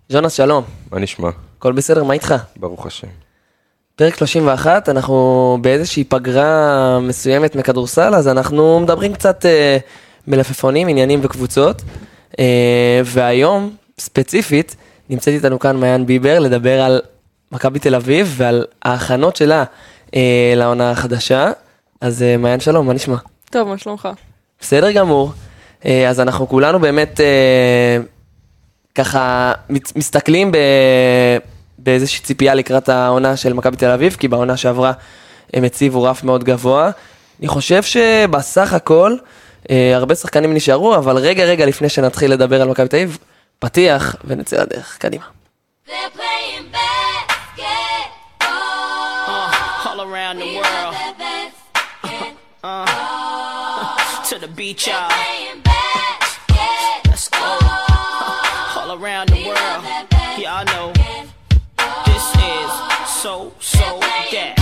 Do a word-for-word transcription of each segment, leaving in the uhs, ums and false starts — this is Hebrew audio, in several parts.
ז'ונס, שלום. מה נשמע? הכל בסדר, מה איתך? ברוך השם. פרק שלושים ואחת, אנחנו באיזושהי פגרה מסוימת מכדורסל, אז אנחנו מדברים קצת אה, מלפפונים, עניינים וקבוצות, אה, והיום, ספציפית, נמצאת איתנו כאן מעיין ביבר, לדבר על מכבי תל אביב ועל ההכנות שלה אה, לעונה החדשה. אז אה, מעיין, שלום, מה נשמע? טוב, מה שלומך? בסדר גמור. אה, אז אנחנו כולנו באמת אה, ככה מסתכלים ב... באיזושהי ציפייה לקראת העונה של מכבי תל אביב, כי בעונה שעברה הם הציבו רף מאוד גבוה. אני חושב שבסך הכל, אה, הרבה שחקנים נשארו, אבל רגע רגע לפני שנתחיל לדבר על מכבי תל אביב, פתיח ונצא לדרך, קדימה. They're playing basketball. Uh, all around the world. Uh, to the beach, y'all. Playing basketball. Let's go. All around the world. Y'all know. This is so, so that.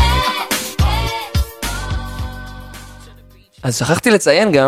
אז שכחתי לציין גם,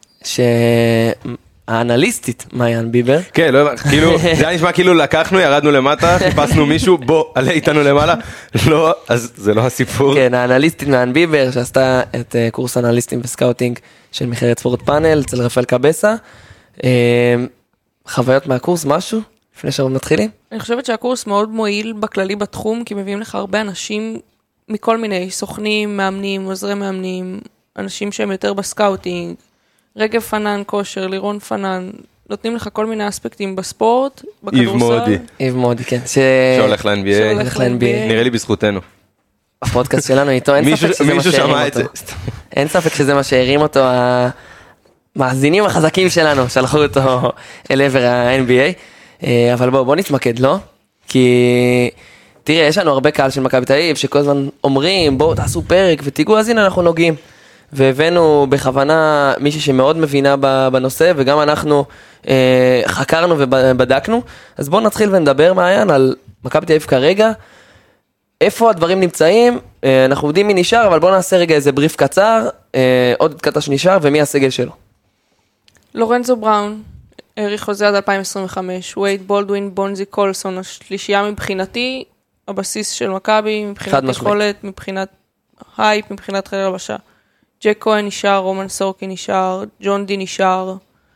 שהאנליסטית מעיין ביבר, כן, לא, כאילו, זה היה נשמע כאילו לקחנו, ירדנו למטה, חיפשנו מישהו, בוא, עלה איתנו למעלה, לא, אז זה לא הסיפור. כן, האנליסטית מעיין ביבר, שעשתה את uh, קורס אנליסטים וסקאוטינג של מכללת ספורט פאנל, אצל רפאל קבסה. Uh, חוויות מהקורס, משהו? לפני שאנחנו מתחילים? אני חושבת שהקורס מאוד מועיל בכללי בתחום, כי מביאים לך הרבה אנשים מכל מיני סוכנים, מאמנים, עוזרי מאמנים, אנשים שהם יותר בסקאוטינג, רגב פנן, כושר, לירון פנן, נותנים לך כל מיני אספקטים בספורט, בכדורסל. איב מודי. איב מודי, כן. ש... שהולך ל-אן בי איי. שהולך ל-אן בי איי. נראה לי בזכותנו. הפודקאסט שלנו איתו, אין ספק שזה מה מישהו שהרים שמע את אותו. זה. אין ספק שזה מה שהרים אותו, המאזינים החזקים שלנו, שלחו אותו אל עבר ה-אן בי איי. אבל בואו, בואו נתמקד, לא? כי תראה, יש לנו הרבה קהל של מכבי תל אביב, שכל הזמן אומרים, בואו תעשו פרק ותיגעו, אז הנה אנחנו נוגעים. והבאנו בכוונה מישהי שמאוד מבינה בנושא, וגם אנחנו אה, חקרנו ובדקנו. אז בואו נתחיל ונדבר מעיין על מכבי תל אביב כרגע, איפה הדברים נמצאים, אה, אנחנו יודעים מי נשאר, אבל בואו נעשה רגע איזה בריף קצר, אה, עוד קטע שנשאר, ומי הסגל שלו. לורנזו בראון, אריך חוזה עד אלפיים עשרים וחמש, וייד בולדווין, בונזי קולסון, השלישייה מבחינתי, הבסיס של מכבי, מבחינת יכולת, מבחינת הייפ, מבחינת חלל הבשה. ג'ק כהן נשאר, רומן סורקי נשאר, ג'ון די נשאר,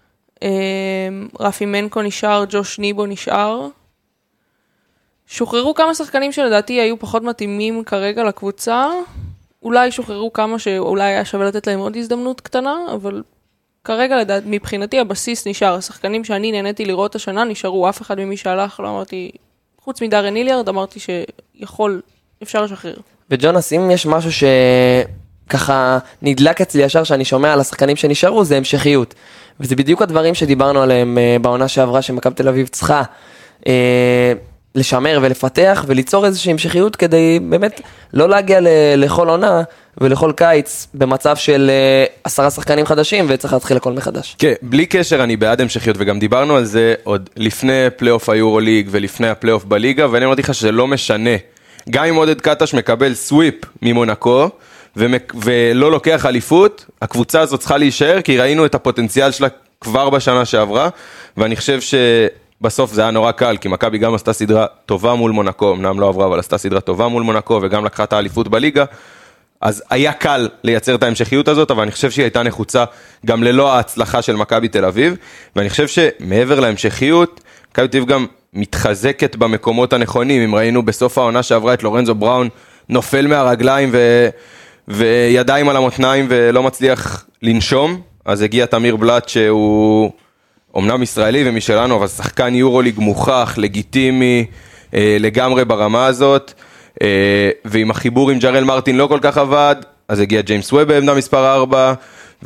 רפי מנקו נשאר, ג'וש ניבו נשאר. שוחררו כמה שחקנים שלדעתי היו פחות מתאימים כרגע לקבוצה, אולי שוחררו כמה שאולי היה שווה לתת להם עוד הזדמנות קטנה, אבל כרגע לדעת, מבחינתי הבסיס נשאר, השחקנים שאני נהניתי לראות השנה נשארו, אף אחד ממי שהלך, לא אמרתי, חוץ מדארן היליארד, אמרתי שיכול, אפשר לשחרר. וג'ונס, אם יש משהו שככה נדלק אצלי ישר שאני שומע על השחקנים שנשארו, זה המשכיות. וזה בדיוק הדברים שדיברנו עליהם בעונה שעברה, שמכבי תל אביב צריכה אה, לשמר ולפתח וליצור איזושהי המשכיות, כדי באמת לא להגיע לכל עונה ולכל קיץ במצב של עשרה שחקנים חדשים, וצריך להתחיל הכל מחדש. כן, בלי קשר אני בעד המשכיות, וגם דיברנו על זה עוד לפני פלייאוף היורוליג ולפני הפלייאוף בליגה, ואני אמרתי לך שזה לא משנה. גם אם עודד קטש מקבל סוויפ ממונקו, ולא לוקח אליפות, הקבוצה הזאת צריכה להישאר, כי ראינו את הפוטנציאל שלה כבר בשנה שעברה, ואני חושב שבסוף זה היה נורא קל, כי מכבי גם עשתה סדרה טובה מול מונקו, אמנם לא עברה, אבל עשתה סדרה טובה מול מונקו, וגם לקחה את האליפות בליגה, אז היה קל לייצר את ההמשכיות הזאת, אבל אני חושב שהיא הייתה נחוצה גם ללא ההצלחה של מכבי תל אביב, ואני חושב שמעבר להמשכיות, מכבי תל אביב גם מתחזקת במקומות הנכונים. אם ראינו בסוף העונה שעברה את לורנזו בראון נופל מהרגליים ו... וידיים על המותניים ולא מצליח לנשום, אז הגיע תמיר בלט שהוא אומנם ישראלי ומשלנו, אבל שחקן יורוליג מוכח, לגיטימי, לגמרי ברמה הזאת, ועם החיבור עם ג'רל מרטין לא כל כך עבד, אז הגיע ג'יימס ווב בעמדה מספר ארבע,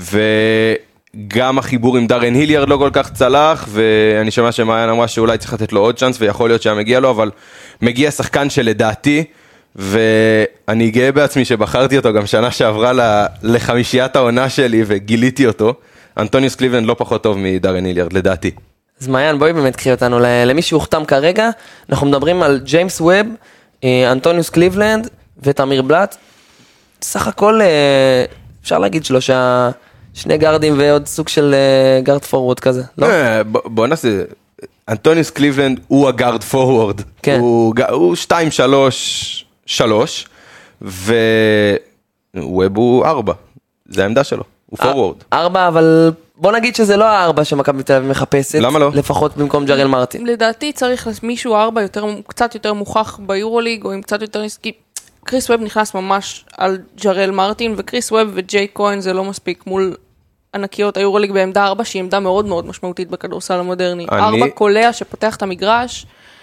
וגם החיבור עם דארן היליארד לא כל כך צלח, ואני שמע שמעיין אמרה שאולי צריך לתת לו עוד צ'אנס, ויכול להיות שהיה מגיע לו, אבל מגיע שחקן שלדעתי, ואני גאה בעצמי שבחרתי אותו גם שנה שעברה לחמישיית העונה שלי, וגיליתי אותו, אנטוניוס קליבלנד לא פחות טוב מדארן היליארד, לדעתי. אז מעיין, בואי באמת קחי אותנו למי שהוחתם כרגע, אנחנו מדברים על ג'יימס ווב, אנטוניוס קליבלנד ותמיר בלט, סך הכל אפשר להגיד שלושה, שני גארדים ועוד סוג של גארד פורוורד כזה, לא? בוא נעשה, אנטוניוס קליבלנד הוא הגארד פורוורד, כן. הוא, הוא שתיים שלוש שלוש, וווב הוא ארבע, זה העמדה שלו, הוא פורוורד. ארבע, אבל בוא נגיד שזה לא הארבע שמכבי תל אביב מחפשת. למה לא? לפחות במקום ג'רל מרטין. לדעתי צריך מישהו ארבע יותר, קצת יותר מוכח ביורוליג, או עם קצת יותר נסקי. קריס ווב נכנס ממש על ג'רל מרטין, וקריס ווב וג'יי כהן זה לא מספיק מול ענקיות היורוליג בעמדה ארבע, שהיא עמדה מאוד מאוד משמעותית בכדורסל המודרני. אני... ארבע קולע שפותח את המגרש.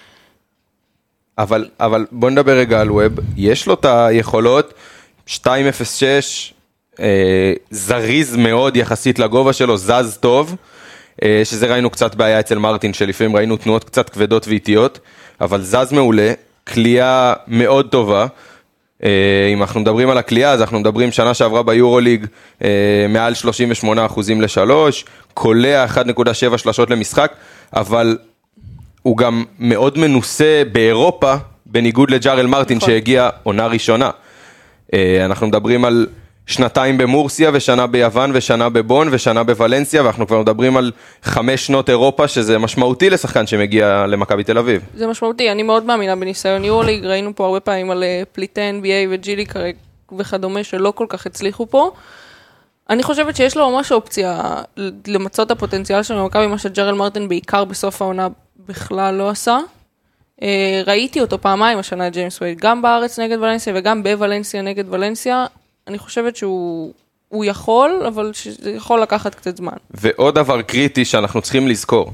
אבל, אבל בוא נדבר רגע על ווב, יש לו את היכולות, שתיים אפס שש, אה, זריז מאוד יחסית לגובה שלו, זז טוב, אה, שזה ראינו קצת בעיה אצל מרטין, שלפעמים ראינו תנועות קצת כבדות ואיטיות, אבל זז מעולה, קליעה מאוד טובה, אה, אם אנחנו מדברים על הקליעה, אז אנחנו מדברים שנה שעברה ביורוליג, אה, מעל שלושים ושמונה אחוזים לשלוש, קולע אחת נקודה שבע שלשות למשחק, אבל הוא גם מאוד מנוסה באירופה, בניגוד לג'רל מרטין נכון. שהגיע עונה ראשונה. אנחנו מדברים על שנתיים במורסיה, ושנה ביוון, ושנה בבון, ושנה בוולנסיה, ואנחנו כבר מדברים על חמש שנות אירופה, שזה משמעותי לשחקן שמגיע למכבי תל אביב. זה משמעותי, אני מאוד מאמינה בניסיון יורוליג, ראינו פה הרבה פעמים על פליטי אן בי איי וג'ילי וכדומה, שלא כל כך הצליחו פה. אני חושבת שיש לו ממש אופציה למצות את הפוטנציאל שלנו במכבי, מה שג'רל מרטין בעיקר בסוף העונה בכלל לא עשה. ראיתי אותו פעמיים השנה, ג'יימס וייד, גם בארץ נגד ולנסיה וגם בוולנסיה נגד ולנסיה. אני חושבת שהוא הוא יכול, אבל שזה יכול לקחת קצת זמן. ועוד דבר קריטי שאנחנו צריכים לזכור,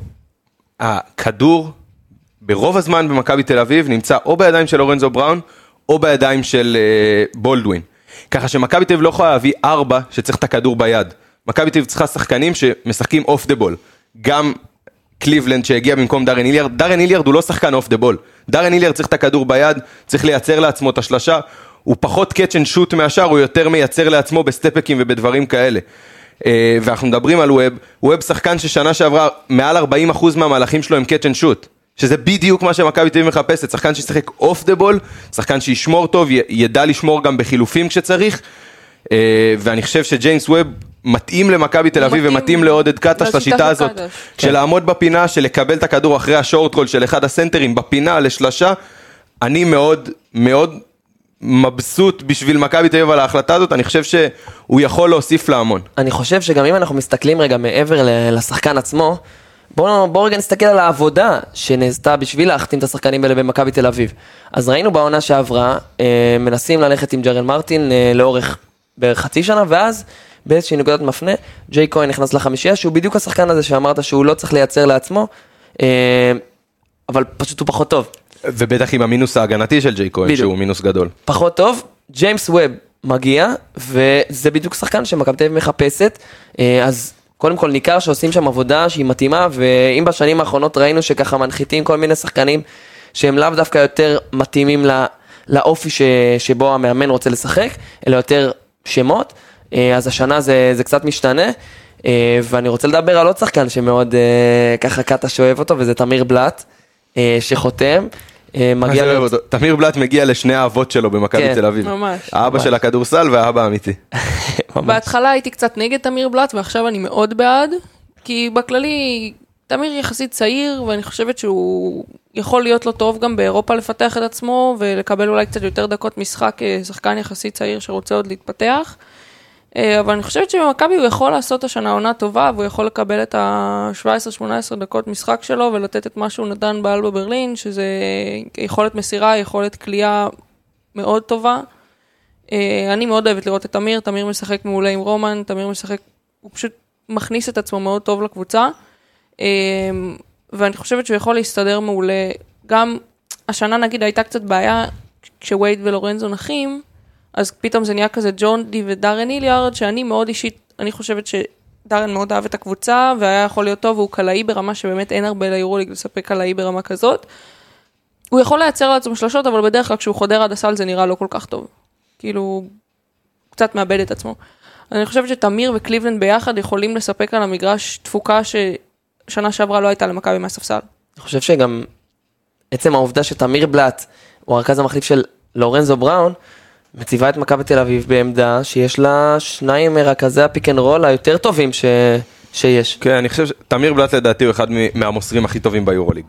הכדור ברוב הזמן במכבי תל אביב נמצא או בידיים של לורנזו בראון, או בידיים של uh, בולדווין. ככה שמכבי תל אביב לא יכולה להביא ארבע שצריך את הכדור ביד. מכבי תל אביב צריכה שחקנים שמשחקים אוף דה בול. גם קליבלנד שהגיע במקום דארן היליארד, דארן היליארד הוא לא שחקן אוף דה בול. דארן היליארד צריך את הכדור ביד, צריך לייצר לעצמו את השלשה, הוא פחות קאץ' אנד שוט מהשאר, הוא יותר מייצר לעצמו בסטפקים ובדברים כאלה. ואנחנו מדברים על ווב, ווב שחקן ששנה שעברה מעל ארבעים אחוז מהמהלכים שלו הם קאץ' אנד שוט, שזה בדיוק מה שמכבי תל אביב מחפשת, שחקן שישחק אוף דה בול, שחקן שישמור טוב, ידע לשמור גם בחילופים כשצריך, ואני חושב שג'יימס ווב מתאים למכבי תל אביב ומתאים לעודד קטש לשיטה הזאת, של לעמוד בפינה, של לקבל את הכדור אחרי השורט רול של אחד הסנטרים בפינה לשלשה. אני מאוד מאוד מבסוט בשביל מכבי תל אביב על ההחלטה הזאת, אני חושב שהוא יכול להוסיף להמון. אני חושב שגם אם אנחנו מסתכלים רגע מעבר לשחקן עצמו, בואו בוא רגע נסתכל על העבודה שנעשתה בשביל להחתים את השחקנים האלה במכבי תל אביב. אז ראינו בעונה שעברה, מנסים ללכת עם ג'רל מרטין לאורך בערך חצי שנה, ואז באיזושהי נקודת מפנה, ג'יי כהן נכנס לחמישייה, שהוא בדיוק השחקן הזה שאמרת שהוא לא צריך לייצר לעצמו, אבל פשוט הוא פחות טוב. ובטח עם המינוס ההגנתי של ג'יי כהן, בדיוק. שהוא מינוס גדול. פחות טוב, ג'יימס ווב מגיע, וזה בדיוק שחקן שמכבי תל אביב מחפשת, אז קודם כל ניכר שעושים שם עבודה שהיא מתאימה, ואם בשנים האחרונות ראינו שככה מנחיתים כל מיני שחקנים, שהם לאו דווקא יותר מתאימים לא, לאופי ש, שבו המאמן רוצה לשחק, אלא יותר שמות, אז השנה זה, זה קצת משתנה, ואני רוצה לדבר על עוד שחקן שמאוד ככה קטע שואב אותו, וזה תמיר בלט, שחותם. מגיע לו... תמיר בלט מגיע לשני האבות שלו במכבי כן, תל אביב. ממש. האבא ממש. של הכדורסל והאבא האמיתי. בהתחלה הייתי קצת נגד תמיר בלט, ועכשיו אני מאוד בעד, כי בכללי תמיר יחסית צעיר, ואני חושבת שהוא יכול להיות לו טוב גם באירופה לפתח את עצמו, ולקבל אולי קצת יותר דקות משחק, שחקן יחסית צעיר שרוצה עוד להתפתח. אבל אני חושבת שבמכבי הוא יכול לעשות השנה עונה טובה, והוא יכול לקבל את ה-שבע עשרה שמונה עשרה דקות משחק שלו, ולתת את מה שהוא נתן באלבה ברלין, שזה יכולת מסירה, יכולת קליעה מאוד טובה. אני מאוד אוהבת לראות את תמיר, תמיר משחק מעולה עם רומן, תמיר משחק, הוא פשוט מכניס את עצמו מאוד טוב לקבוצה, ואני חושבת שהוא יכול להסתדר מעולה. גם השנה נגיד הייתה קצת בעיה, כשווייד ולורנזו נחים, אז פתאום זה נהיה כזה ג'ון די ודארן היליארד, שאני מאוד אישית, אני חושבת שדארן מאוד אהב את הקבוצה, והיה יכול להיות טוב, והוא קלעי ברמה שבאמת אין הרבה ליורוליג לספק קלעי ברמה כזאת. הוא יכול לייצר לעצמו שלשות, אבל בדרך כלל כשהוא חודר עד הסל זה נראה לא כל כך טוב. כאילו, קצת מאבד את עצמו. אני חושבת שתמיר וקליבלנד ביחד יכולים לספק על המגרש תפוקה ששנה שעברה לא הייתה למכבי מהספסל. אני חושב שגם עצם העובדה שתמיר בלט הוא הרכז המחליף של לורנזו בראון, מציבה את מכבי תל אביב בעמדה שיש לה שניים מרכזי הפיק אנד רול היותר טובים ש... שיש. כן, אני חושב שתמיר בלאט לדעתי הוא אחד מהמוסרים הכי טובים ביורוליג.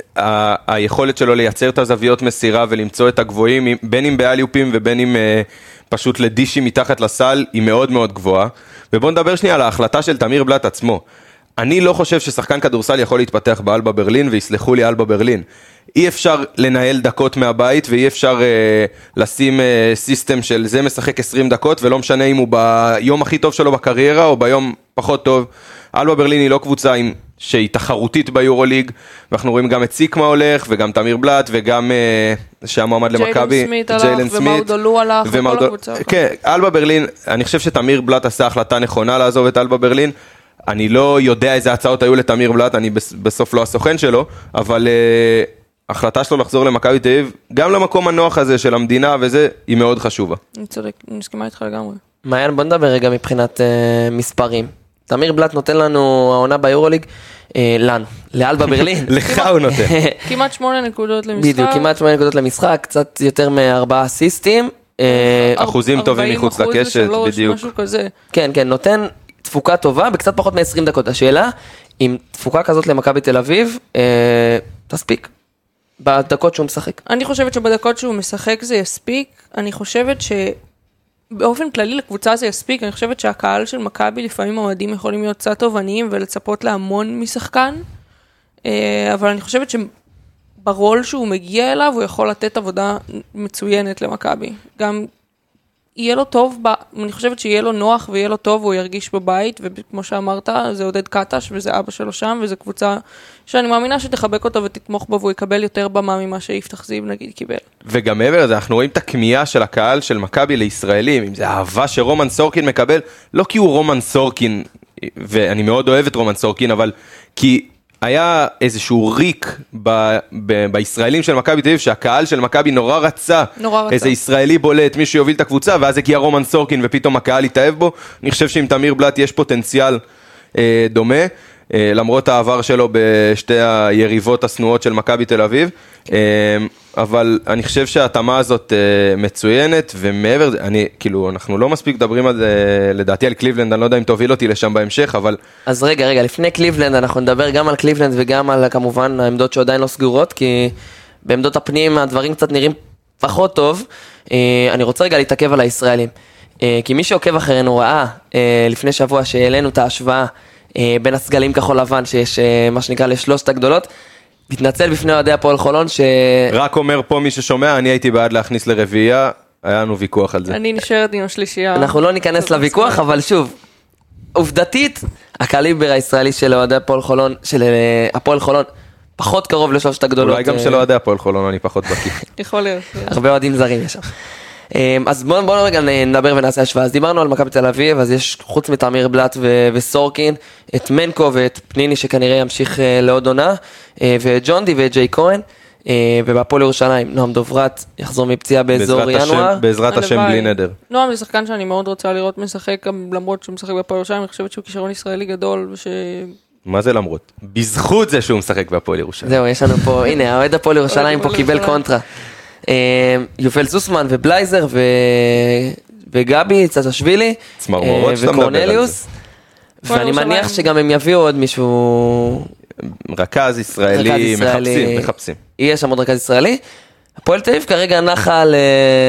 ה- היכולת שלו לייצר את הזוויות מסירה ולמצוא את הגבוהים, בין אם באליופים ובין אם אה, פשוט לדישים מתחת לסל, היא מאוד מאוד גבוהה. ובואו נדבר שנייה על ההחלטה של תמיר בלאט עצמו. אני לא חושב ששחקן כדורסל יכול להתפתח באלבה ברלין, ויסלחו לי אלבה ברלין. אי אפשר לנהל דקות מהבית, ואי אפשר אה, לשים אה, סיסטם של זה משחק עשרים דקות, ולא משנה אם הוא ביום הכי טוב שלו בקריירה, או ביום פחות טוב. אלבה ברלין היא לא קבוצה עם, שהיא תחרותית ביורוליג, ואנחנו רואים גם את סיקמה הולך, וגם תמיר בלאט, וגם אה, שהמועמד למכבי, ג'יילן סמית הלך, ומאודולו הלך, וכל הקבוצה. כן, אלבה ברלין, אני חושב שתמיר בלאט עשה החלטה נכונה לעזוב את אלבה ברלין, אני לא יודע איזה הצעות היו לתמיר בלאט, אני בסוף לא הסוכן שלו, אבל uh, החלטה שלו לחזור למכבי תל אביב, גם למקום הנוח הזה של המדינה וזה, היא מאוד חשובה. אני צודק, אני מסכימה איתך לגמרי. מעיין, בוא נדבר רגע מבחינת uh, מספרים. תמיר בלאט נותן לנו העונה ביורוליג, uh, לנו, לאלבה ברלין. לך הוא נותן. כמעט שמונה נקודות למשחק. בדיוק, כמעט שמונה נקודות למשחק, קצת יותר מארבעה אסיסטים. uh, אחוזים טובים מחוץ לקשת, בדיוק. משהו כזה. כן, כן, נותן תפוקה טובה בקצת פחות מ-עשרים דקות. השאלה, אם תפוקה כזאת למכבי תל אביב, אה, תספיק בדקות שהוא משחק. אני חושבת שבדקות שהוא משחק זה יספיק. אני חושבת שבאופן כללי לקבוצה זה יספיק. אני חושבת שהקהל של מכבי לפעמים האוהדים יכולים להיות קצת תובעניים ולצפות להמון משחקן. אה, אבל אני חושבת שברול שהוא מגיע אליו, הוא יכול לתת עבודה מצוינת למכבי. גם יהיה לו טוב, ב... אני חושבת שיהיה לו נוח ויהיה לו טוב, הוא ירגיש בבית, וכמו שאמרת, זה עודד קטש, וזה אבא שלו שם, וזו קבוצה שאני מאמינה שתחבק אותו ותתמוך בו, והוא יקבל יותר במה ממה שיפתח זיו, נגיד, קיבל. וגם מעבר לזה, אנחנו רואים את הכמיהה של הקהל של מכבי לישראלים, אם זה אהבה שרומן סורקין מקבל, לא כי הוא רומן סורקין, ואני מאוד אוהב את רומן סורקין, אבל כי היה איזשהו ריק ב, ב, בישראלים של מכבי תל אביב, שהקהל של מכבי נורא רצה, נורא רצה. איזה ישראלי בולט, מי שיוביל את הקבוצה, ואז הגיע רומן סורקין ופתאום הקהל התאהב בו. אני חושב שעם תמיר בלאט יש פוטנציאל אה, דומה, אה, למרות העבר שלו בשתי היריבות הסנועות של מכבי תל אביב, אה, אבל אני חושב שההתאמה הזאת אה, מצוינת, ומעבר, אני, כאילו, אנחנו לא מספיק מדברים על זה, לדעתי על קליבלנד, אני לא יודע אם תוביל אותי לשם בהמשך, אבל... אז רגע, רגע, לפני קליבלנד, אנחנו נדבר גם על קליבלנד וגם על, כמובן, העמדות שעדיין לא סגורות, כי בעמדות הפנים הדברים קצת נראים פחות טוב. אה, אני רוצה רגע להתעכב על הישראלים, אה, כי מי שעוקב אחרינו ראה, אה, לפני שבוע שהעלינו את ההשוואה, אה, בין הסגלים כחול לבן, שיש אה, מה שנקרא לשלושת הגדולות, מתנצל בפני אוהדי הפועל חולון ש... רק אומר פה מי ששומע, אני הייתי בעד להכניס לרביעייה, היה לנו ויכוח על זה. אני נשארת עם השלישייה. אנחנו לא ניכנס לוויכוח, אבל שוב, עובדתית, הקליבר הישראלי של אוהדי הפועל חולון, של הפועל חולון, פחות קרוב לשלושת הגדולות. אולי גם של אוהדי הפועל חולון, אני פחות בקיא. יכול להיות. הרבה אוהדים זרים יש שם. אז בואו בוא רגע נדבר ונעשה השוואה. אז דיברנו על מכבי תל אביב, אז יש חוץ מתמיר בלאט ו- וסורקין, את מנקו ואת פניני שכנראה ימשיך לעוד עונה, ואת ג'ונדי ואת ג'יי כהן, ובהפועל ירושלים, נועם דוברת יחזור מפציעה באזור ינואר. בעזרת השם בלי נדר. נועם זה שחקן שאני מאוד רוצה לראות משחק, למרות שהוא משחק בהפועל ירושלים, אני חושבת שהוא כישרון ישראלי גדול, וש... מה זה למרות? בזכות זה שהוא משחק בהפועל ירושלים. זהו, יש לנו פה, הנה, האוהד הפועל ירושלים פה קיבל קונטרה. יובל זוסמן ובלייזר וגבי צטשווילי וקורנליוס, ואני מניח שגם הם יביאו עוד מישהו רכז ישראלי, מחפשים, מחפשים. יהיה שם עוד רכז ישראלי. הפועל תל אביב כרגע נחה ל...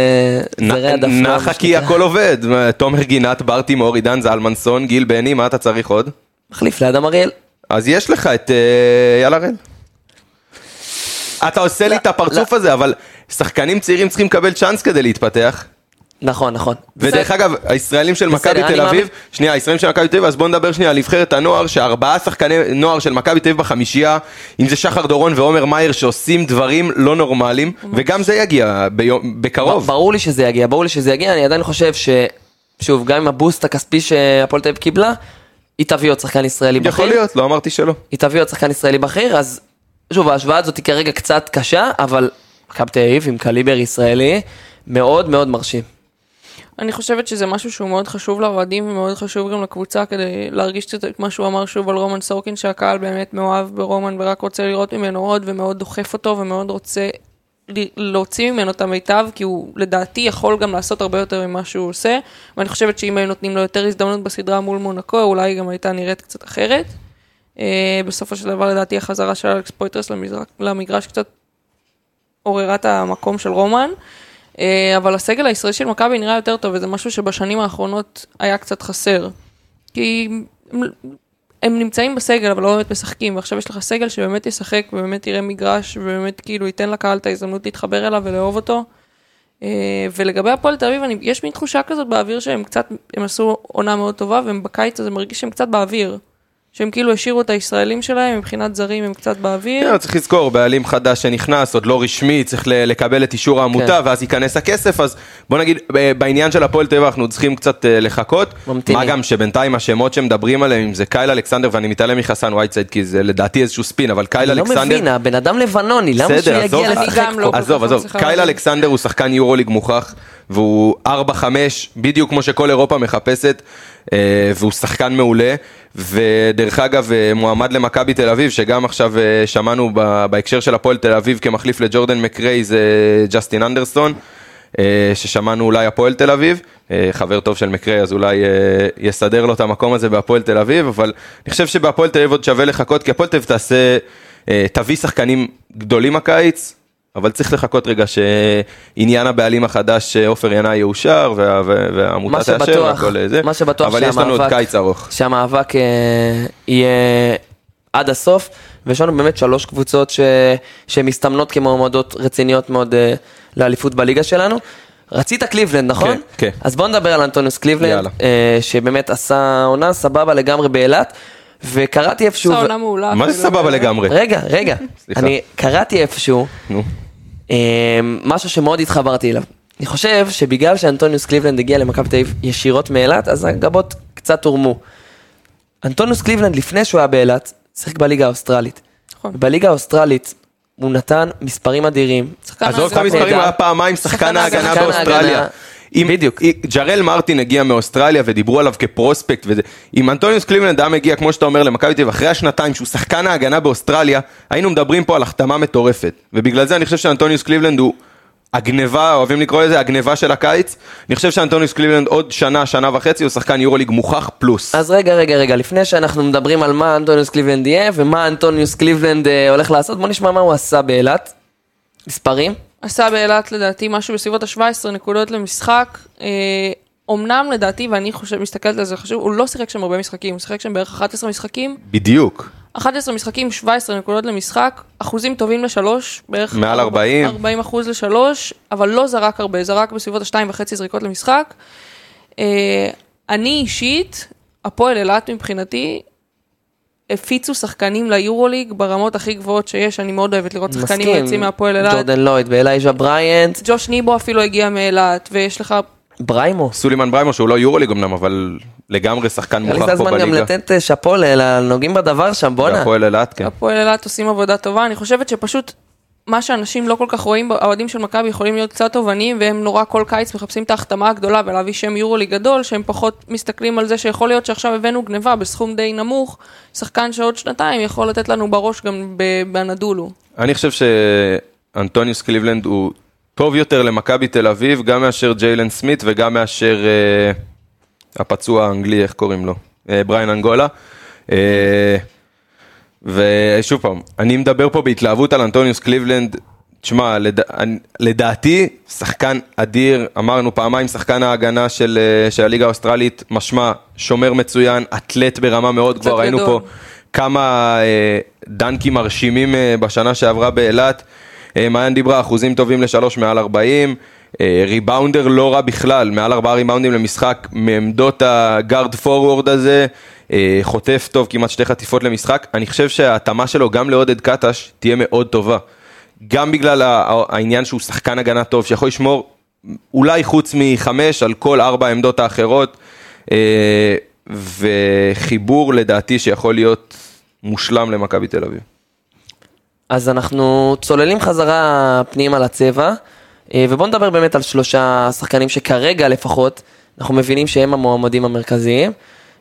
נחה כי הכל עובד. תומר גינת, בר תימור, עידן זלמנסון, גיל בני, מה אתה צריך עוד? מחליף לאדם אריאל. אז יש לך את יאל הראל. אתה עושה לי את הפרצוף הזה, אבל שחקנים צעירים צריכים לקבל צ'אנס כדי להתפתח. נכון, נכון. ודרך אגב, הישראלים של מכבי תל אביב, שנייה, הישראלים של מכבי תל אביב, אז בואו נדבר שנייה על נבחרת הנוער, שארבעה שחקני נוער של מכבי תל אביב בחמישייה, אם זה שחר דורון ועומר מאיר, שעושים דברים לא נורמליים, וגם זה יגיע בקרוב. ברור לי שזה יגיע, ברור לי שזה יגיע, אני עדיין חושב ש... שוב, גם עם הבוסט הכספי שהפועל תל אביב קיבלה, היא תביא עוד שחקן ישראלי בכיר. יכול להיות, לא אמרתי שלא. היא תביא עוד שחקן ישראלי בכיר, אז שוב, ההשוואה הזאת היא כרגע קצת קשה, אבל מכבי תל אביב עם קליבר ישראלי מאוד מאוד מרשים. אני חושבת שזה משהו שהוא מאוד חשוב לאוהדים ומאוד חשוב גם לקבוצה כדי להרגיש את מה שהוא אמר שוב על רומן סורקין, שהקהל באמת מאוהב ברומן ורק רוצה לראות ממנו עוד ומאוד דוחף אותו ומאוד רוצה להוציא ממנו את המיטב, כי הוא לדעתי יכול גם לעשות הרבה יותר ממה שהוא עושה, ואני חושבת שאם היו נותנים לו יותר הזדמנות בסדרה מול מונקו, אולי היא גם הייתה נראית קצת אחרת. בסופו של דבר לדעתי החזרה של אלכס פויטרס למגרש קצת עוררה את המקום של רומן, אבל הסגל הישראלי של מכבי נראה יותר טוב, וזה משהו שבשנים האחרונות היה קצת חסר. כי הם נמצאים בסגל, אבל לא באמת משחקים, ועכשיו יש לך סגל שבאמת ישחק, ובאמת יראה מגרש, ובאמת כאילו ייתן לקהל את ההזדמנות להתחבר אליו ולאהוב אותו. ולגבי הפועל תל אביב, יש מין תחושה כזאת באוויר שהם קצת, הם עשו עונה מאוד טובה, והם בקיץ הזה מרגיש שהם קצת באוויר. שהם כאילו השאירו את הישראלים שלהם, מבחינת זרים הם קצת באוויר. כן, צריך לזכור, בעלים חדש שנכנס, עוד לא רשמי, צריך לקבל את אישור העמותה, ואז ייכנס הכסף, אז בוא נגיד, בעניין של הפועל תל אביב אנחנו צריכים קצת לחכות, מה גם שבינתיים השמות שמדברים עליהם, אם זה קייל אלכסנדר, ואני מתעלם מחסן וייטסייד, כי זה לדעתי איזשהו ספין, אבל קייל אלכסנדר... אני לא מבינה, בן אדם לבנוני, למה שהוא יגיע לשחק פה? עזוב, עזוב, קייל אלכסנדר הוא שחקן יורוליג מוכח, והוא ארבע חמש, בדיוק כמו שכל אירופה מחפשת, והוא שחקן מעולה, ודרך אגב מועמד למכבי תל אביב, שגם עכשיו שמענו בהקשר של הפועל תל אביב כמחליף לג'ורדן מקריי, זה ג'סטין אנדרסון, ששמענו אולי הפועל תל אביב, חבר טוב של מקריי, אז אולי יסדר לו את המקום הזה בהפועל תל אביב, אבל אני חושב שבהפועל תל אביב עוד שווה לחכות, כי הפועל תל אביב תעשה, תביא שחקנים גדולים הקיץ, אבל צריך לחכות רגע שעניין הבעלים החדש אופר ינאי יאושר והעמותה תאשר וכל זה, מה שבטוח אבל יש לנו עוד קיץ ארוך. שהמאבק יהיה עד הסוף, ויש לנו באמת שלוש קבוצות שמסתמנות כמועמדות רציניות מאוד לאליפות בליגה שלנו. רצית קליבלנד, נכון? כן. אז בואו נדבר על אנטוניוס קליבלנד, שבאמת עשה עונה סבבה לגמרי באילת, וקראתי איפשהו... עונה מעולה. מה זה סבבה לגמרי? רגע, רגע. אני קראתי איפשהו, משהו שמאוד התחברתי אליו. אני חושב שבגלל שאנטוניוס קליבלנד הגיע למכבי תל אביב ישירות מאילת, אז הגבות קצת תורמו. אנטוניוס קליבלנד לפני שהוא היה באילת, שיחק בליגה האוסטרלית. בליגה האוסטרלית הוא נתן מספרים אדירים. עזוב את המספרים, היה פעמיים שחקן ההגנה באוסטרליה. בדיוק. ג'רל מרטין הגיע מאוסטרליה ודיברו עליו כפרוספקט, אם אנטוניוס קליבלנד היה מגיע, כמו שאתה אומר, למכבי תל אביב, אחרי השנתיים שהוא שחקן ההגנה באוסטרליה, היינו מדברים פה על החתמה מטורפת, ובגלל זה אני חושב שאנטוניוס קליבלנד הוא הגניבה, אוהבים לקרוא לזה, הגניבה של הקיץ. אני חושב שאנטוניוס קליבלנד עוד שנה, שנה וחצי, הוא שחקן יורוליג מוכח פלוס. אז רגע, רגע, רגע, לפני שאנחנו מדברים על מה אנטוניוס קליבלנד יהיה, ומה אנטוניוס קליבלנד הולך לעשות, בוא נשמע מה הוא עשה באילת. מספרים? עשה באילת לדעתי משהו בסביבות ה-שבע עשרה נקודות למשחק, אומנם לדעתי, ואני חושב, מסתכלת על זה חשוב, הוא לא שיחק שם הרבה משחקים, הוא שיחק שם בערך אחת עשרה משחקים. בדיוק. אחת עשרה משחקים, שבע עשרה נקודות למשחק, אחוזים טובים לשלוש, בערך מעל ארבעים. ארבעים אחוז לשלוש, אבל לא זרק הרבה, זרק בסביבות השתיים וחצי זריקות למשחק. אני אישית, הפועל אילת מבחינתי, הפיצו שחקנים ליורוליג ברמות הכי גבוהות שיש, אני מאוד אוהבת לראות שחקנים יוצאים מהפועל אילת. ג'ורדן לויד ואלייז'ה בריינט. ג'וש ניבו אפילו הגיע מאילת, ויש לך... בריימו. סולימן בריימו, שהוא לא יורוליג אמנם, אבל לגמרי שחקן מוכח פה בליגה. הזמן גם לתת שפו לנוגעים בדבר שם, בונה. הפועל אילת, כן. הפועל אילת עושים עבודה טובה, אני חושבת שפשוט מה שאנשים לא כל כך רואים, האוהדים של מכבי יכולים להיות קצת תובעניים, והם נורא כל קיץ מחפשים את ההחתמה הגדולה, ולהביא שם יורוליג גדול, שהם פחות מסתכלים על זה שיכול להיות שעכשיו הבאנו גניבה בסכום די נמוך, שחקן שעוד שנתיים יכול לתת לנו בראש גם בנדולו. אני חושב שאנטוניוס קליבלנד הוא טוב יותר למכבי תל אביב, גם מאשר ג'יילן סמית, וגם מאשר אה, הפצוע האנגלי, איך קוראים לו? אה, בריין אנגולה. אה, ושוב פעם, אני מדבר פה בהתלהבות על אנטוניוס קליבלנד, תשמע, לד... לדעתי, שחקן אדיר, אמרנו פעמיים, שחקן ההגנה של, של הליגה האוסטרלית, משמע, שומר מצוין, אתלט ברמה מאוד גבוהה, ראינו פה כמה אה, דנקים מרשימים אה, בשנה שעברה באילת, אה, מעיין דיברה, אחוזים טובים לשלוש מעל ארבעים, אה, ריבאונדר לא רע בכלל, מעל ארבעה ריבאונדים למשחק, מעמדות הגארד פורוורד הזה, חוטף טוב, כמעט שתי חטיפות למשחק. אני חושב שההתאמה שלו גם לעודד קטש תהיה מאוד טובה. גם בגלל העניין שהוא שחקן הגנה טוב, שיכול לשמור אולי חוץ מחמש על כל ארבע העמדות האחרות, וחיבור לדעתי שיכול להיות מושלם למכבי תל אביב. אז אנחנו צוללים חזרה פנימה לצבע, ובואו נדבר באמת על שלושה שחקנים שכרגע לפחות אנחנו מבינים שהם המועמדים המרכזיים.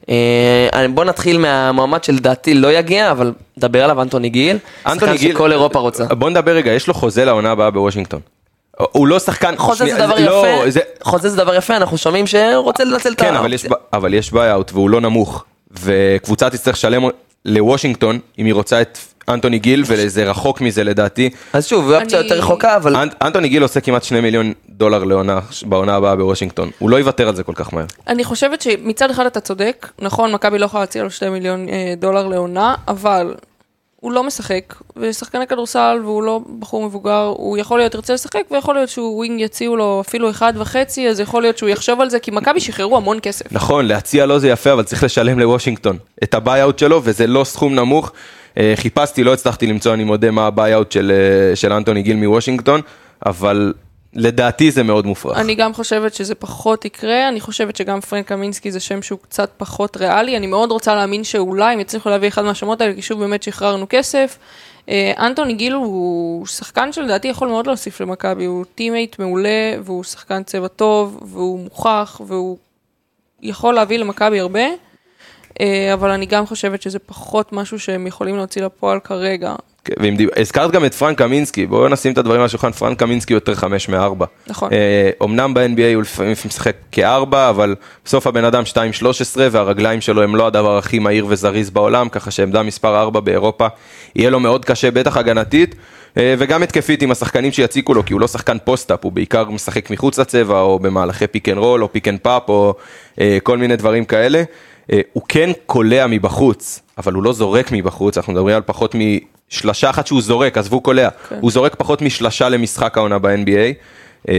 אה, בוא נתחיל מהמועמד שלדעתי לא יגיע, אבל נדבר עליו, אנטוני גיל. אנטוני גיל, שכל אירופה רוצה. בוא נדבר רגע, יש לו חוזה לעונה הבאה בוושינגטון. הוא לא שחקן... חוזה זה שנייה, דבר לא, יפה, זה... חוזה זה דבר יפה, אנחנו שומעים שרוצה לנצל את כן, אבל יש, אבל יש ביי-אוט והוא לא נמוך, וקבוצה תצטרך לשלם לוושינגטון, אם היא רוצה את אנטוני גיל, וזה רחוק מזה לדעתי. אז שוב, זה אופציה אני- יותר רחוקה, אבל... אנ- אנטוני גיל עושה כמעט שני מיליון דולר לעונה, בעונה הבאה בוושינגטון. הוא לא יוותר על זה כל כך מהר. אני חושבת שמצד אחד אתה צודק, נכון, מכבי לא יכולה להציע לו שני מיליון אה, דולר לעונה, אבל הוא לא משחק, ושחקני כדורסל והוא לא בחור מבוגר, הוא יכול להיות ירצה לשחק, ויכול להיות שהוא ווינג יציעו לו אפילו אחד וחצי, אז יכול להיות שהוא יחשוב על זה, כי מכבי שחררו המון כסף. נכון, להציע לו זה יפה, אבל צריך לשלם לוושינגטון את הביי-אוט שלו, וזה לא סכום נמוך. אה, חיפשתי, לא הצלחתי למצוא, אני מודה מה הביי-אוט של, אה, של אנטוני גיל מוושינגטון, אבל לדעתי זה מאוד מופרך. אני גם חושבת שזה פחות יקרה, אני חושבת שגם פרנק קמינסקי זה שם שהוא קצת פחות ריאלי, אני מאוד רוצה להאמין שאולי הם יצליחו להביא אחד מהשמות האלה, כי שוב באמת שחררנו כסף. אה, אנטוני גיל הוא שחקן שלדעתי יכול מאוד להוסיף למכבי, הוא טימייט מעולה, והוא שחקן צבע טוב, והוא מוכח, והוא יכול להביא למכבי הרבה, אה, אבל אני גם חושבת שזה פחות משהו שהם יכולים להוציא לפועל כרגע. כן, ואם דיב... הזכרת גם את פרנק קמינסקי, בואו נשים את הדברים על השולחן, פרנק קמינסקי יותר חמש מארבע. נכון. אה, אומנם ב-אן בי איי הוא לפעמים משחק כארבע, אבל בסוף הבן אדם שתיים שלוש עשרה, והרגליים שלו הם לא הדבר הכי מהיר וזריז בעולם, ככה שעמדה מספר ארבע באירופה, יהיה לו מאוד קשה, בטח הגנתית, אה, וגם התקפית עם השחקנים שיציקו לו, כי הוא לא שחקן פוסט-אפ, הוא בעיקר משחק מחוץ לצבע, או במהלכי פיק אנד רול, או פיק אנד פאפ, או אה, כל מיני דברים כאלה. אה, הוא כן קולע מבחוץ, אבל הוא לא זורק מבחוץ, אנחנו מדברים על פחות משלשה אחת שהוא זורק, עזבו קולע, כן. הוא זורק פחות משלשה למשחק העונה ב-אן בי איי, אה,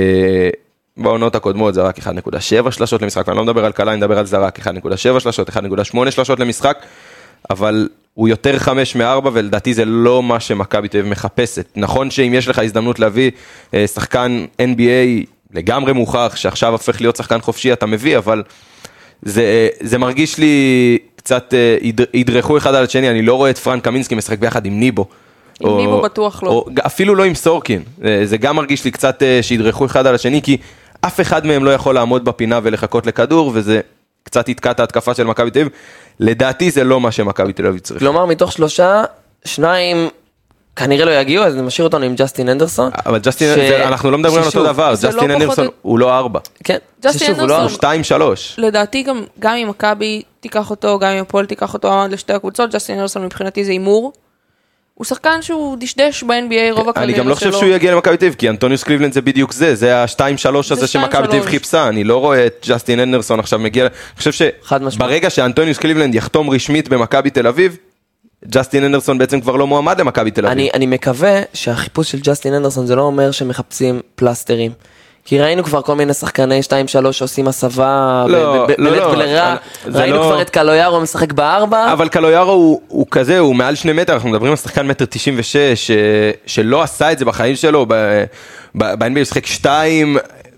בעונות הקודמות זה רק אחת נקודה שבע שלשות למשחק, ואני לא מדבר על קלה, אני מדבר על זרק, אחת נקודה שבע שלשות, אחת נקודה שמונה שלשות למשחק, אבל הוא יותר חמש מארבע, ולדעתי זה לא מה שמכבי תל אביב מחפשת. נכון שאם יש לך הזדמנות להביא אה, שחקן אן בי איי לגמרי מוכח, שעכשיו הופך להיות שחקן חופשי, אתה מביא, אבל זה, זה מרגיש לי קצת, ידרכו אחד על השני, אני לא רואה את פרנק קמינסקי משחק ביחד עם ניבו. עם או, ניבו בטוח לא. או, אפילו לא עם סורקין, זה גם מרגיש לי קצת שידרכו אחד על השני, כי אף אחד מהם לא יכול לעמוד בפינה ולחכות לכדור, וזה קצת יתקע את ההתקפה של מכבי תל אביב. לדעתי זה לא מה שמכבי תל אביב צריך. כלומר, מתוך שלושה, שניים כנראה לא יגיעו, אז נמשאיר אותנו עם ג'סטין אנדרסון. אבל ג'סטין, ש- זה, אנחנו לא מדברים על אותו ששוב, דבר, זה לא ג'סטין פחות אנדרסון או- הוא לא ארבע, כן, ג'סטין ששוב, הוא לא... אנדרסון- הוא שתיים שלוש. לדעתי גם, גם אם מכבי תיקח אותו, גם אם הפועל תיקח אותו לשתי הקבוצות, ג'סטין אנדרסון מבחינתי זה הימור. הוא שחקן שהוא דשדש ב-אן בי איי רוב הקריירה אני שלו. גם לא חושב שהוא יגיע למכבי תל אביב, כי אנטוניוס קליבלנד זה בדיוק זה, זה ה-שתיים שלוש הזה זה שמכבי שתיים תל אביב שלוש. חיפשה, אני לא רואה את ג'סטין אנדרסון עכשיו מגיע, אני חושב חד משמעית. שברגע שאנטוניוס קליבלנד יחתום רשמית במכבי תל אביב, ג'סטין אנדרסון בעצם כבר לא מועמד למכבי תל אביב. אני, אני מקווה שהחיפוש של ג'סטין אנדרסון זה לא אומר שמחפשים פלסטרים. כי ראינו כבר כל מיני שחקני שתיים שלוש שעושים הסבה, לא, ב- ב- לא, בלית לא, ברירה. זה ראינו לא- כבר את קלויארו משחק בארבע. אבל קלויארו הוא, הוא כזה, הוא מעל שני מטר, אנחנו מדברים על שחקן מטר תשעים ושש, ש- שלא עשה את זה בחיים שלו, ב-אן בי איי הוא שחק שתיים,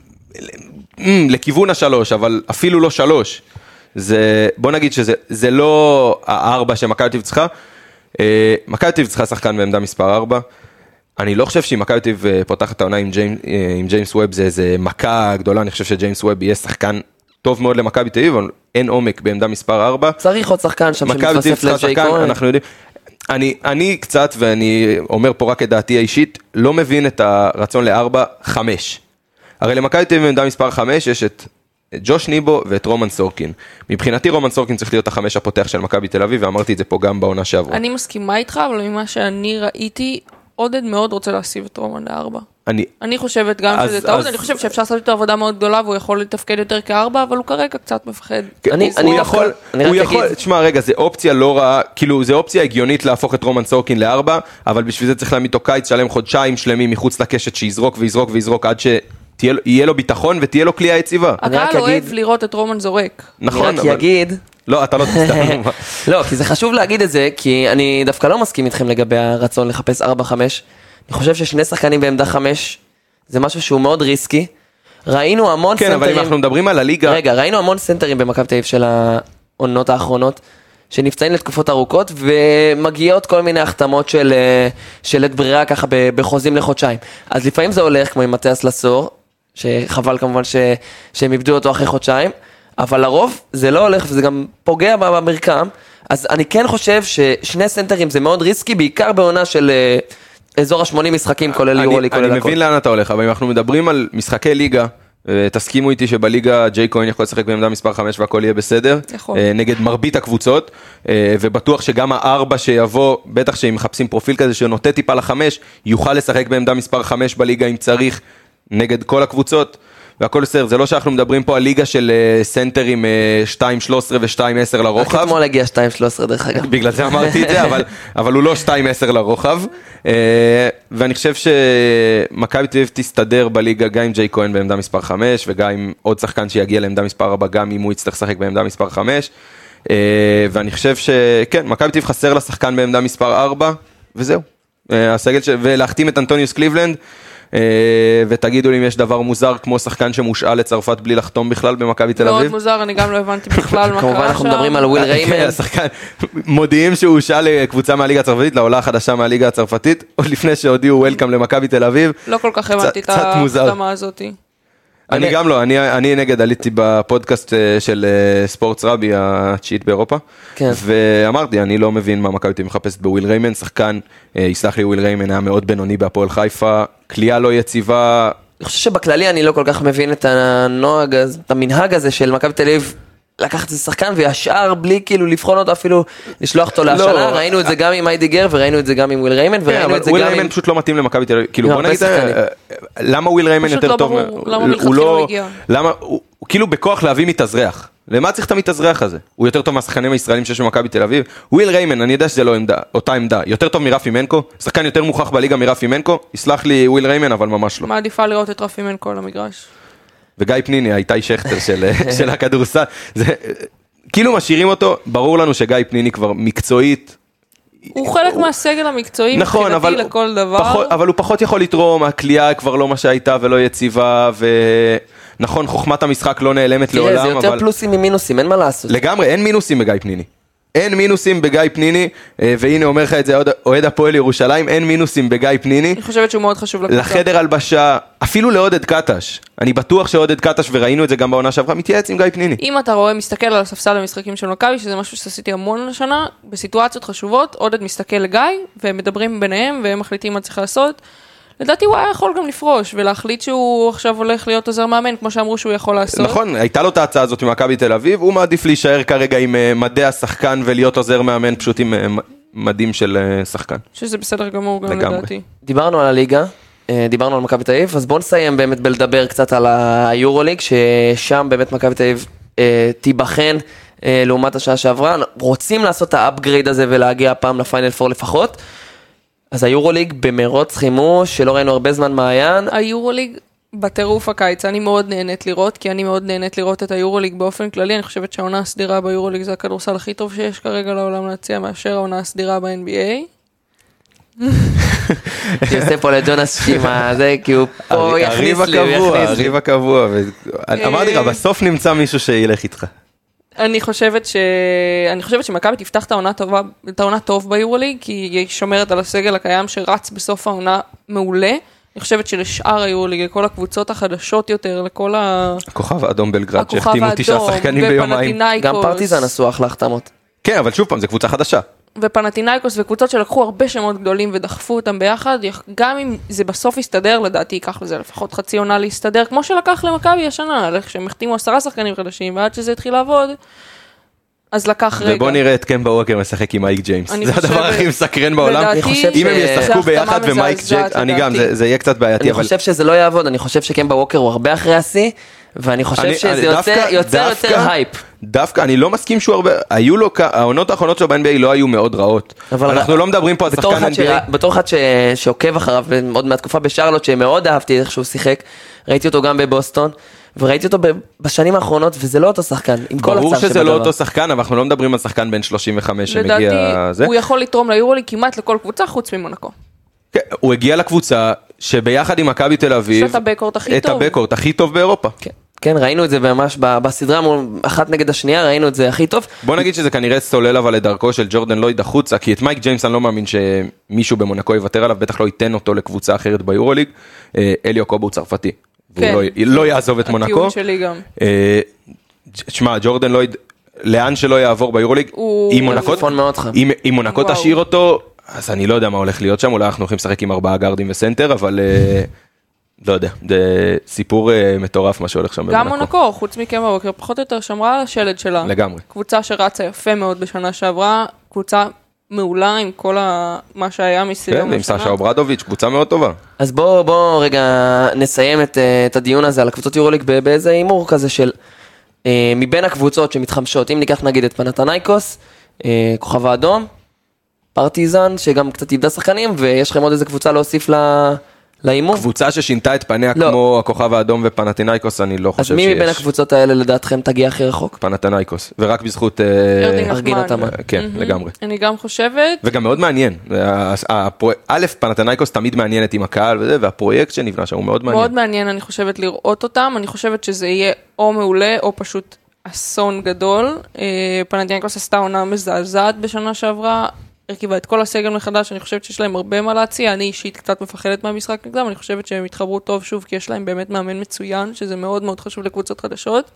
לכיוון השלוש, אבל אפילו לא שלוש. זה, בוא נגיד שזה זה לא הארבע שמכבי תל אביב צריכה, אה, מכבי תל אביב צריכה שחקן בעמדה מספר ארבע, אני לא חושב שאם מכבי תל אביב פותחת את העונה עם, ג'יימ, עם ג'יימס ווב זה איזה מכה גדולה, אני חושב שג'יימס ווב יהיה שחקן טוב מאוד למכבי תל אביב, אבל אין עומק בעמדה מספר ארבע. צריך עוד שחקן שם מכבי תל אביב שמתווסף צריכה לג'יי שחקן, כהן. אנחנו יודעים. אני, אני קצת, ואני אומר פה רק את דעתי האישית, לא מבין את הרצון לארבע, חמש. הרי למכבי תל אביב בעמדה מספר חמש יש את ג'וש ניבו ואת רומן סורקין. מבחינתי רומן סורקין צריך להיות החמש הפותח של מכבי תל אביב, ואמרתי את זה פה גם בעונה שעברה. אני מסכימה איתך, אבל ממה שאני ראיתי, עודד מאוד רוצה להסיב את רומן לארבע. אני, אני חושבת גם אז- שזה טעות, אז- אני חושבת שאפשר לעשות איתו עבודה מאוד גדולה, והוא יכול לתפקד יותר כארבע, אבל הוא כרגע קצת מפחד. אני- הוא- אני הוא דווקא- יכול, אני הוא רק יכול, אגיד- תשמע רגע, זה אופציה לא רעה, כאילו זה אופציה הגיונית להפוך את רומן סורקין לארבע, אבל בשביל זה צריך להעמיד אותו קיץ, שלם חודשיים שלמים מחוץ לקשת, שיזרוק ויזרוק ויזרוק עד שיהיה לו ביטחון ותהיה לו כלייה יציבה. אני רק הקהל אוהב אגיד- לראות את רומן זורק. נכון, אני רק אבל... אגיד, לא, אתה לא תסתכל. לא, כי זה חשוב להגיד את זה, כי אני דווקא לא מסכים איתכם לגבי הרצון לחפש ארבע חמש. אני חושב ששני שחקנים בעמדה חמש, זה משהו שהוא מאוד ריסקי. ראינו המון כן, סנטרים. אבל אם אנחנו מדברים על הליגה... רגע, ראינו המון סנטרים במכבי תל אביב של העונות האחרונות, שנפצעים לתקופות ארוכות, ומגיעות כל מיני החתמות של, של את ברירה ככה בחוזים לחודשיים. אז לפעמים זה הולך, כמו עם מתיאס לסור, שחבל כמובן ש, שהם איבדו אותו אחרי חודשיים, אבל לרוב זה לא הולך וזה גם פוגע במרקם, אז אני כן חושב ששני סנטרים זה מאוד ריסקי, בעיקר בעונה של אזור ה-שמונים משחקים, כולל יורוליג, כולל הכל. אני מבין לאן אתה הולך, אבל אם אנחנו מדברים על משחקי ליגה, תסכימו איתי שבליגה ג'יי כהן יכול לשחק בעמדה מספר חמש והכל יהיה בסדר, נגד מרבית הקבוצות, ובטוח שגם הארבע שיבוא, בטח שהם מחפשים פרופיל כזה שנוטה טיפה לחמש, יוכל לשחק בעמדה מספר חמש בליגה אם צריך, נגד כל הקבוצות, והכל בסדר, זה לא שאנחנו מדברים פה על ליגה של סנטרים שתיים שלוש עשרה ו-שתיים עשר לרוחב. רק אתמול הגיע שתיים שלוש עשרה דרך אגב. בגלל זה אמרתי את זה, אבל, אבל הוא לא שתיים עשר לרוחב. ואני חושב שמכבי תל אביב תסתדר בליגה גם עם ג'יי כהן בעמדה מספר חמש, וגם עם עוד שחקן שיגיע לעמדה מספר ארבע, גם אם הוא יצטרך לשחק בעמדה מספר חמש. ואני חושב שכן, מכבי תל אביב חסר לשחקן בעמדה מספר ארבע, וזהו. הסגל ש... ולהחתים את אנטוניוס קליבלנד, ותגידו לי אם יש דבר מוזר כמו שחקן שמושאל לצרפת בלי לחתום בכלל במכבי תל אביב. מאוד מוזר, אני גם לא הבנתי בכלל מה קרה שם. כמובן אנחנו מדברים על וויל ריימן. מודיעים שהוא הושאל לקבוצה מהליגה הצרפתית, לעולה החדשה מהליגה הצרפתית, עוד לפני שהודיעו וולקאם למכבי תל אביב. לא כל כך הבנתי את ההחתמה הזאת. אני גם לא, אני נגד עליתי בפודקאסט של ספורטס רבי, התשיעית באירופה, ואמרתי, אני לא מבין מה מכבי תל אביב מחפשת בוויל ריימן, שחקן, יסלח לי, וויל ריימן היה מאוד בינוני בהפועל חיפה, כלייה לא יציבה. אני חושב שבכללי אני לא כל כך מבין את הנוהג, את המנהג הזה של מכבי תל אביב, לקחת את שחקן והשאר בלי כאילו לבחון אותו, אפילו לשלוח אותו להשאלה, ראינו את זה גם עם איידיגר וראינו את זה גם עם וויל ריימן, וראינו את זה גם עם... וויל ריימן פשוט לא מתאים למכבי תל אביב, כאילו בוא נגיד, למה וויל ריימן יותר טוב? למה מלכתחילה הוא הגיע? למה, הוא כאילו בכוח להביא מתאזרח, למה צריך את המתאזרח הזה? הוא יותר טוב מהשחקנים הישראלים שיש במכבי תל אביב, וויל ריימן, אני יודע שזה לא עמדה, אותה עמדה, יותר טוב מרפי מנקו, שחקן יותר מוכח בליגה מרפי מנקו, יסלח לי וויל ריימן, אבל ממש לא. מעדיפה לראות את רפי מנקו על המגרש. וגיא פניני, איתי שכטר של, של הכדורסל, זה, כאילו משאירים אותו, ברור לנו שגיא פניני כבר מקצועית. הוא חלק הוא... מהסגל המקצועי, נכון, אבל, לכל דבר. פחות, אבל הוא פחות יכול לתרום, הכלייה כבר לא מה שהייתה ולא יציבה, ונכון, חוכמת המשחק לא נעלמת תראה, לעולם. זה יותר אבל... פלוסים ממינוסים, אין מה לעשות. לגמרי, אין מינוסים בגיא פניני. אין מינוסים בגיא פניני, והנה אומר לך את זה אוהד הפועל ירושלים, אין מינוסים בגיא פניני. אני חושבת שהוא מאוד חשוב לקבוצה. לחדר הלבשה, אפילו לעודד קטש. אני בטוח שעודד קטש, וראינו את זה גם בעונה שעברה, מתייעץ עם גיא פניני. אם אתה רואה, מסתכל על הספסל המשחקים של מכבי, שזה משהו שעשיתי המון לשנה, בסיטואציות חשובות, עודד מסתכל לגיא, והם מדברים ביניהם, והם מחליטים מה צריך לעשות. לדעתי הוא היה יכול גם לפרוש, ולהחליט שהוא עכשיו הולך להיות עוזר מאמן, כמו שאמרו שהוא יכול לעשות. נכון, הייתה לו את ההצעה הזאת ממכבי תל אביב, הוא מעדיף להישאר כרגע עם מדעי השחקן, ולהיות עוזר מאמן פשוט עם מדים של שחקן. שזה בסדר גמור גם לדעתי. דיברנו על הליגה, דיברנו על מכבי תל אביב, אז בואו נסיים באמת בלדבר קצת על היורוליג, ששם באמת מכבי תל אביב תיבחן לעומת השעה שעברה, רוצים לעשות את האפגרייד הזה ולהגיע הפעם לפיינל פור לפחות. אז היורוליג במרוץ חימוש, שלא ראינו הרבה זמן מעיין. היורוליג בטירוף הקיץ, אני מאוד נהנית לראות, כי אני מאוד נהנית לראות את היורוליג באופן כללי, אני חושבת שהעונה הסדירה ביורוליג זה הכדורסל הכי טוב שיש כרגע לעולם להציע, מאשר העונה הסדירה ב-אן בי איי. אני עושה פה לג'ונס שימה, זה כי הוא פה יכניס לי, הוא יכניס לי. הריב הקבוע, אמרתי לך, בסוף נמצא מישהו שילך איתך. אני חושבת ש... אני חושבת שמכבי תפתח את העונה טובה, את העונה טוב ביורוליג, כי היא שומרת על הסגל הקיים שרץ בסוף העונה מעולה. אני חושבת שלשאר היורוליג, לכל הקבוצות החדשות יותר, לכל ה... הכוכב האדום בלגרד, שהחתימו תשעה שחקנים ביומיים. גם פרטיזן עשו אחלה החתמות. כן, אבל שוב פעם, זו קבוצה חדשה. ופנתינייקוס וקבוצות שלקחו הרבה שמות גדולים ודחפו אותם ביחד, גם אם זה בסוף יסתדר, לדעתי ייקח לזה לפחות חצי עונה להסתדר, כמו שלקח למכבי השנה, כשהם החתימו עשרה שחקנים חדשים, ועד שזה התחיל לעבוד, אז לקח רגע. ובוא נראה את קמבה ווקר משחק עם מייק ג'יימס, זה הדבר הכי מסקרן בעולם, אם הם ישחקו ביחד ומייק ג'יימס, אני גם, זה יהיה קצת בעייתי. אני חושב שזה לא יעבוד, אני חושב שקמבה ווקר הוא הרבה אחרי השיא, ואני חושב שזה יוצר יותר הייפ. דווקא, אני לא מסכים שהוא הרבה, היו לו, העונות האחרונות שלו ב-אן בי איי לא היו מאוד רעות. אנחנו לא מדברים פה על שחקן אן בי איי. בתור אחד שעוקב אחריו, עוד מהתקופה בשרלוט, שמאוד אהבתי איך שהוא שיחק, ראיתי אותו גם בבוסטון, וראיתי אותו בשנים האחרונות, וזה לא אותו שחקן, עם כל הצער שבדבר. ברור שזה לא אותו שחקן, אבל אנחנו לא מדברים על שחקן בן שלושים וחמש שמגיע... לדעתי, הוא יכול לתרום ליורוליג כמעט לכל קבוצה, חוץ ממונקו. כן, הוא הגיע לקבוצה שביחד עם מכבי תל אביב... יש את הבקורט הכי טוב. את הבקורט הכי טוב באירופה. כן. כן, ראינו את זה ממש בסדרה אחת נגד השנייה, ראינו את זה הכי טוב. בוא נגיד שזה כנראה סולל אבל לדרכו של ג'ורדן לויד החוצה, כי את מייק ג'יימס אני לא מאמין שמישהו במונקו יוותר עליו, בטח לא ייתן אותו לקבוצה אחרת ביורוליג. אליו קובו צרפתי, והוא לא יעזוב את מונקו. הטיעון שלי גם. תשמע, ג'ורדן לויד, לאן שלא יעבור ביורוליג, הוא- אם מונקו- צפון מאוד חם. אם- אם מונקו וואו. תשאיר אותו, אז אני לא יודע מה הולך להיות שם, אולי אנחנו הולכים לשחק עם ארבעה גארדים וסנטר, אבל אה, לא יודע, זה סיפור אה, מטורף מה שהולך שם גם במונקו. מונקו, חוץ מקמה בוקר, פחות או יותר שמרה על השלד שלה. לגמרי. קבוצה שרצה יפה מאוד בשנה שעברה, קבוצה מעולה עם כל ה... מה שהיה מסביב. כן, עם סשה אוברדוביץ', קבוצה מאוד טובה. אז בוא, בוא רגע נסיים את, אה, את הדיון הזה על הקבוצות יורוליג ב- באיזה הימור כזה של אה, מבין הקבוצות שמתחמשות, אם ניקח נגיד את פנתנייקוס, אה, כוכב האדום, פרטיזן, שגם קצת איבדה שחקנים, ויש לכם עוד איזה קבוצה להוסיף ל- להימור? קבוצה ששינתה את פניה לא. כמו הכוכב האדום ופנתינאיקוס, אני לא אז חושב מי שיש. מבין הקבוצות האלה לדעתכם תגיע הכי רחוק? פנתנייקוס, ורק בזכות... אה, ארדינג ארגין נחמן. התאמה. כן, לגמרי. אני גם חושבת, וגם מאוד מעניין. הפרו- א', פנתנייקוס תמיד מעניינת עם הקהל וזה, והפרויקט שנבנה שם הוא מאוד מעניין. מאוד מעניין, אני חושבת, לראות אותם. אני חושבת שזה יהיה או מעולה, או פשוט אסון גדול. אה, פנתנייקוס עשתה עונה מזעזעת בשנה שעברה, הרכיבה את כל הסגל מחדש, אני חושבת שיש להם הרבה מה להציע. אני אישית קצת מפחדת מהמשחק נגדם, אני חושבת שהם יתחברו טוב שוב, כי יש להם באמת מאמן מצוין, שזה מאוד מאוד חשוב לקבוצות חדשות.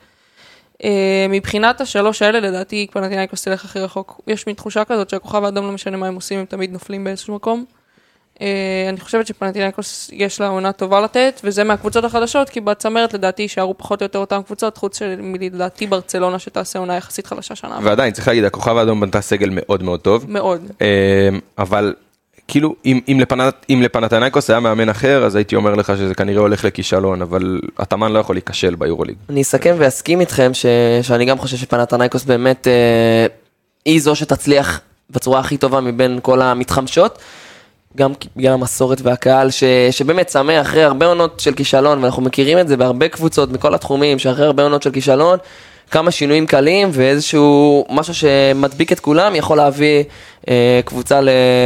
אה, מבחינת השלוש האלה, לדעתי, פנתנייקוס תלך הכי רחוק. יש מין תחושה כזאת שהכוכב האדום לא משנה מה הם עושים, הם תמיד נופלים באיזשהו מקום. אה, אני חושבת שפנתנייקוס יש לה עונה טובה לתת, וזה מהקבוצות החדשות, כי בצמרת לדעתי יישארו פחות או יותר אותן קבוצות, חוץ של לדעתי ברצלונה שתעשה עונה יחסית חלשה שנה. הבאה. ועדיין, צריך להגיד, הכוכב האדום בנתה סגל מאוד מאוד טוב. מאוד. אה, אבל כאילו, אם, אם, לפנת, אם לפנתנייקוס היה מאמן אחר, אז הייתי אומר לך שזה כנראה הולך לכישלון, אבל התאמן לא יכול להיכשל ביורוליג. אני אסכם ואסכים איתכם ש... שאני גם חושב שפנתנייקוס באמת אה, היא זו שתצליח בצורה הכי טובה מבין כל המתחמשות, גם בגלל המסורת והקהל ש... שבאמת צמא אחרי הרבה עונות של כישלון, ואנחנו מכירים את זה בהרבה קבוצות מכל התחומים, שאחרי הרבה עונות של כישלון, כמה שינויים קלים ואיזשהו משהו שמדביק את כולם, יכול להביא אה, קבוצה ל...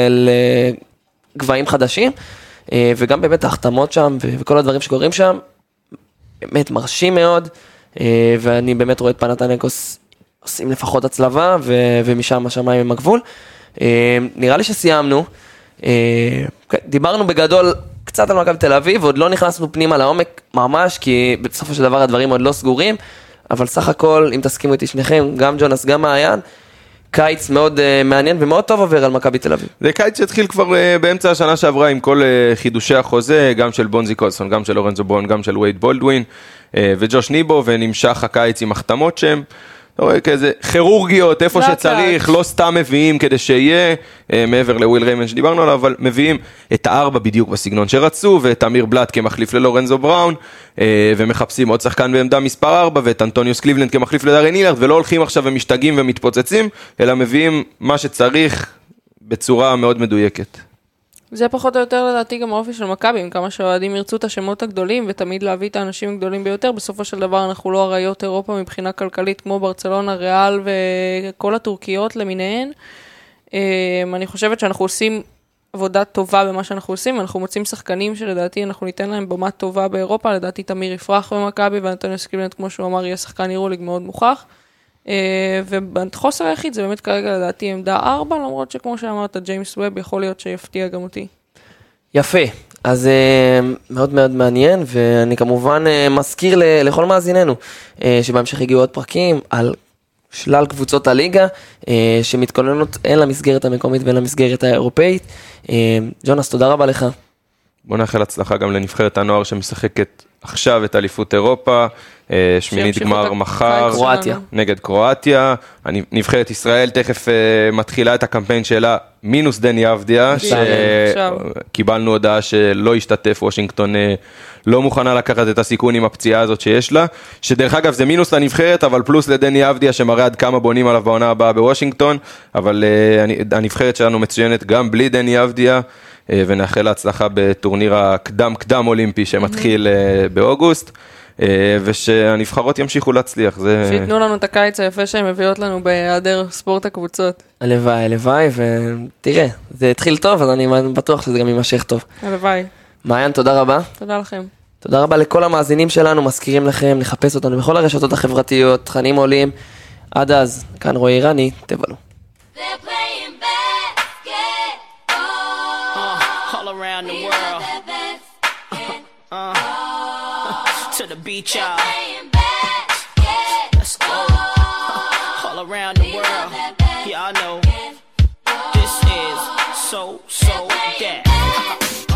לגבהים חדשים, אה, וגם באמת ההחתמות שם ו... וכל הדברים שקורים שם, באמת מרשים מאוד, אה, ואני באמת רואה את פנתנייקוס עושים לפחות הצלבה, ו... ומשם השמיים עם הגבול. אה, נראה לי שסיימנו. אה, דיברנו בגדול קצת על מכבי תל אביב, ועוד לא נכנסנו פנימה לעומק ממש, כי בסופו של דבר הדברים עוד לא סגורים, אבל סך הכל, אם תסכימו איתי שניכם, גם ג'ונס, גם מעיין, קיץ מאוד uh, מעניין ומאוד טוב עובר על מכבי תל אביב. זה קיץ שהתחיל כבר uh, באמצע השנה שעברה עם כל uh, חידושי החוזה, גם של בונזי קולסון, גם של לורנזו בון, גם של וייד בולדווין uh, וג'וש ניבו, ונמשך הקיץ עם החתמות שהם, אתה רואה, כאיזה כירורגיות, איפה לאט שצריך, לאט. לא סתם מביאים כדי שיהיה, אה, מעבר לוויל ריימן שדיברנו עליו, אבל מביאים את הארבע בדיוק בסגנון שרצו, ואת אמיר בלאט כמחליף ללורנזו בראון, אה, ומחפשים עוד שחקן בעמדה מספר ארבע, ואת אנטוניוס קליבלנד כמחליף לדארן הילארד, ולא הולכים עכשיו ומשתגעים ומתפוצצים, אלא מביאים מה שצריך בצורה מאוד מדויקת. זה פחות או יותר לדעתי גם האופי של מכבי, עם כמה שהאוהדים ירצו את השמות הגדולים, ותמיד להביא את האנשים הגדולים ביותר, בסופו של דבר אנחנו לא אריות אירופה מבחינה כלכלית, כמו ברצלונה, ריאל וכל הטורקיות למיניהן. אני חושבת שאנחנו עושים עבודה טובה במה שאנחנו עושים, אנחנו מוצאים שחקנים שלדעתי אנחנו ניתן להם במה טובה באירופה, לדעתי תמיר יפרח במכבי, ואנטוניוס קליבלנד, כמו שהוא אמר, יהיה שחקן יורוליג מאוד מוכח. ובחוסר היחיד זה באמת כרגע לדעתי עמדה ארבע, למרות שכמו שאמרת, ג'יימס ווב יכול להיות שיפתיע גם אותי. יפה, אז מאוד מאוד מעניין, ואני כמובן מזכיר לכל מאזיננו, שבהמשך הגיעו עוד פרקים על שלל קבוצות הליגה, שמתכוננות הן למסגרת המקומית והן למסגרת האירופאית. ג'ונס, תודה רבה לך. בוא נאחל הצלחה גם לנבחרת הנוער שמשחקת עכשיו את אליפות אירופה, שמינית גמר מחר, קרואטיה. נגד קרואטיה, נבחרת ישראל תכף מתחילה את הקמפיין שלה, מינוס דני אבדיה, שקיבלנו הודעה שלא השתתף, וושינגטון לא מוכנה לקחת את הסיכון עם הפציעה הזאת שיש לה, שדרך אגב זה מינוס לנבחרת, אבל פלוס לדני אבדיה שמראה עד כמה בונים עליו בעונה הבאה בוושינגטון, אבל הנבחרת שלנו מצוינת גם בלי דני אבדיה, ונאחל להצלחה בטורניר הקדם קדם אולימפי שמתחיל באוגוסט, ושהנבחרות ימשיכו להצליח. שיתנו לנו את הקיץ היפה שהם מביאות לנו בהיעדר ספורט הקבוצות. הלוואי, הלוואי, ותראה, זה התחיל טוב, אז אני בטוח שזה גם יימשך טוב. הלוואי. מעיין, תודה רבה. תודה לכם. תודה רבה לכל המאזינים שלנו, מזכירים לכם לחפש אותנו בכל הרשתות החברתיות, תכנים עולים. עד אז, כאן רועי אירני, תבלו. They're playing basketball. Uh, all around the world. Basketball. To the beach, y'all. Playing basketball. Let's go. around the world. Y'all know this is so, so that.